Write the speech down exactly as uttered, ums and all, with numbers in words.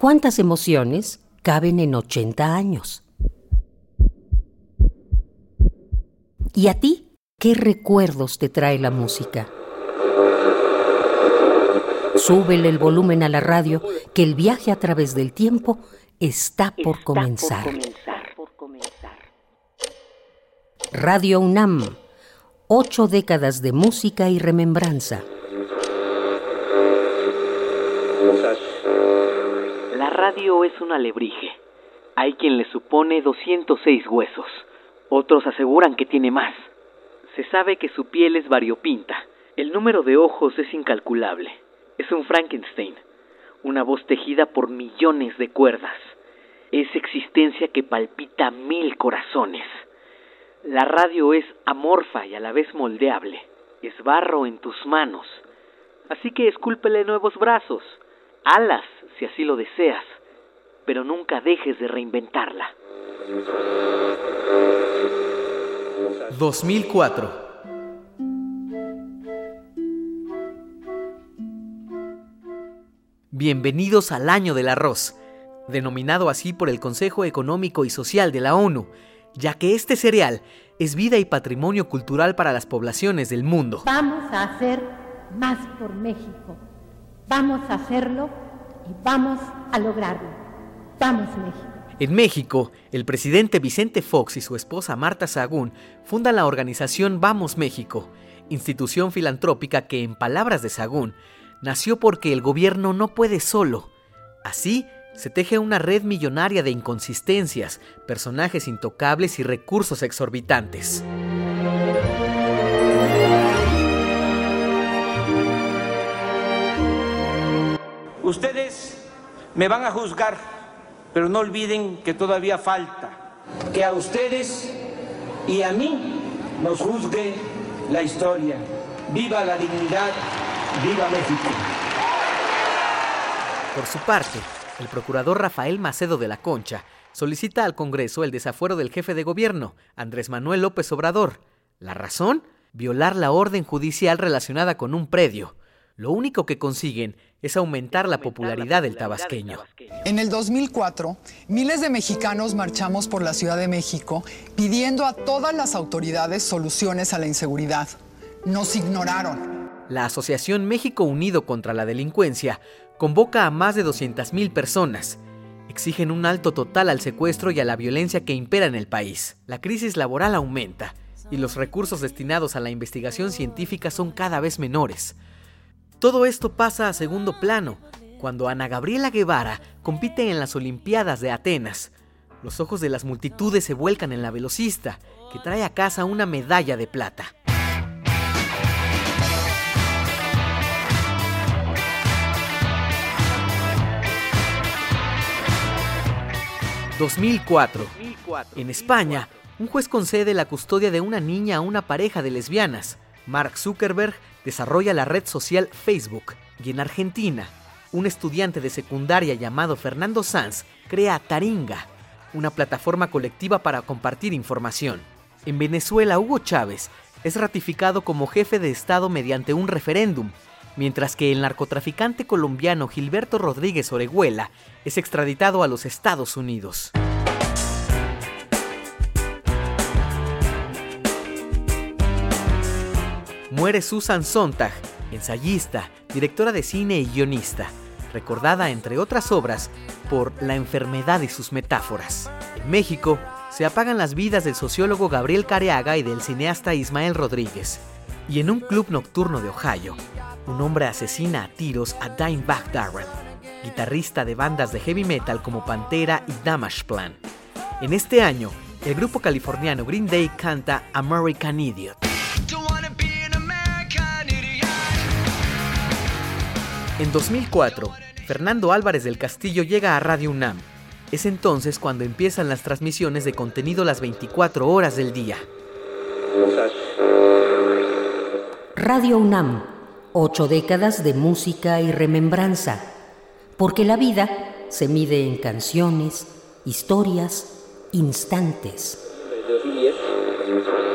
¿Cuántas emociones caben en ochenta años? ¿Y a ti? ¿Qué recuerdos te trae la música? Súbele el volumen a la radio, que el viaje a través del tiempo está por Está comenzar. por comenzar, por comenzar. Radio UNAM, ocho décadas de música y remembranza. La radio es un alebrije. Hay quien le supone doscientos seis huesos. Otros aseguran que tiene más. Se sabe que su piel es variopinta. El número de ojos es incalculable. Es un Frankenstein. Una voz tejida por millones de cuerdas. Es existencia que palpita mil corazones. La radio es amorfa y a la vez moldeable. Es barro en tus manos. Así que escúlpele nuevos brazos, alas si así lo deseas, pero nunca dejes de reinventarla. dos mil cuatro. Bienvenidos al Año del Arroz, denominado así por el Consejo Económico y Social de la ONU, ya que este cereal es vida y patrimonio cultural para las poblaciones del mundo. Vamos a hacer más por México. Vamos a hacerlo y vamos a lograrlo. Vamos, México. En México, el presidente Vicente Fox y su esposa Marta Sahagún fundan la organización Vamos México, institución filantrópica que, en palabras de Sahagún, nació porque el gobierno no puede solo. Así, se teje una red millonaria de inconsistencias, personajes intocables y recursos exorbitantes. Ustedes me van a juzgar, pero no olviden que todavía falta que a ustedes y a mí nos juzgue la historia. ¡Viva la dignidad! ¡Viva México! Por su parte, el procurador Rafael Macedo de la Concha solicita al Congreso el desafuero del jefe de gobierno, Andrés Manuel López Obrador. ¿La razón? Violar la orden judicial relacionada con un predio. Lo único que consiguen es aumentar la popularidad del tabasqueño. En el dos mil cuatro, miles de mexicanos marchamos por la Ciudad de México pidiendo a todas las autoridades soluciones a la inseguridad. Nos ignoraron. La Asociación México Unido contra la Delincuencia convoca a más de doscientas mil personas. Exigen un alto total al secuestro y a la violencia que impera en el país. La crisis laboral aumenta y los recursos destinados a la investigación científica son cada vez menores. Todo esto pasa a segundo plano cuando Ana Gabriela Guevara compite en las Olimpiadas de Atenas. Los ojos de las multitudes se vuelcan en la velocista, que trae a casa una medalla de plata. dos mil cuatro. En España, un juez concede la custodia de una niña a una pareja de lesbianas. Mark Zuckerberg desarrolla la red social Facebook. Y en Argentina, un estudiante de secundaria llamado Fernando Sanz crea Taringa, una plataforma colectiva para compartir información. En Venezuela, Hugo Chávez es ratificado como jefe de Estado mediante un referéndum, mientras que el narcotraficante colombiano Gilberto Rodríguez Orejuela es extraditado a los Estados Unidos. Muere Susan Sontag, ensayista, directora de cine y guionista, recordada, entre otras obras, por La enfermedad y sus metáforas. En México, se apagan las vidas del sociólogo Gabriel Careaga y del cineasta Ismael Rodríguez. Y en un club nocturno de Ohio, un hombre asesina a tiros a Dimebag Darrell, guitarrista de bandas de heavy metal como Pantera y Damage Plan. En este año, el grupo californiano Green Day canta American Idiot. En dos mil cuatro, Fernando Álvarez del Castillo llega a Radio UNAM. Es entonces cuando empiezan las transmisiones de contenido las veinticuatro horas del día. Radio UNAM, ocho décadas de música y remembranza. Porque la vida se mide en canciones, historias, instantes. dos mil diez.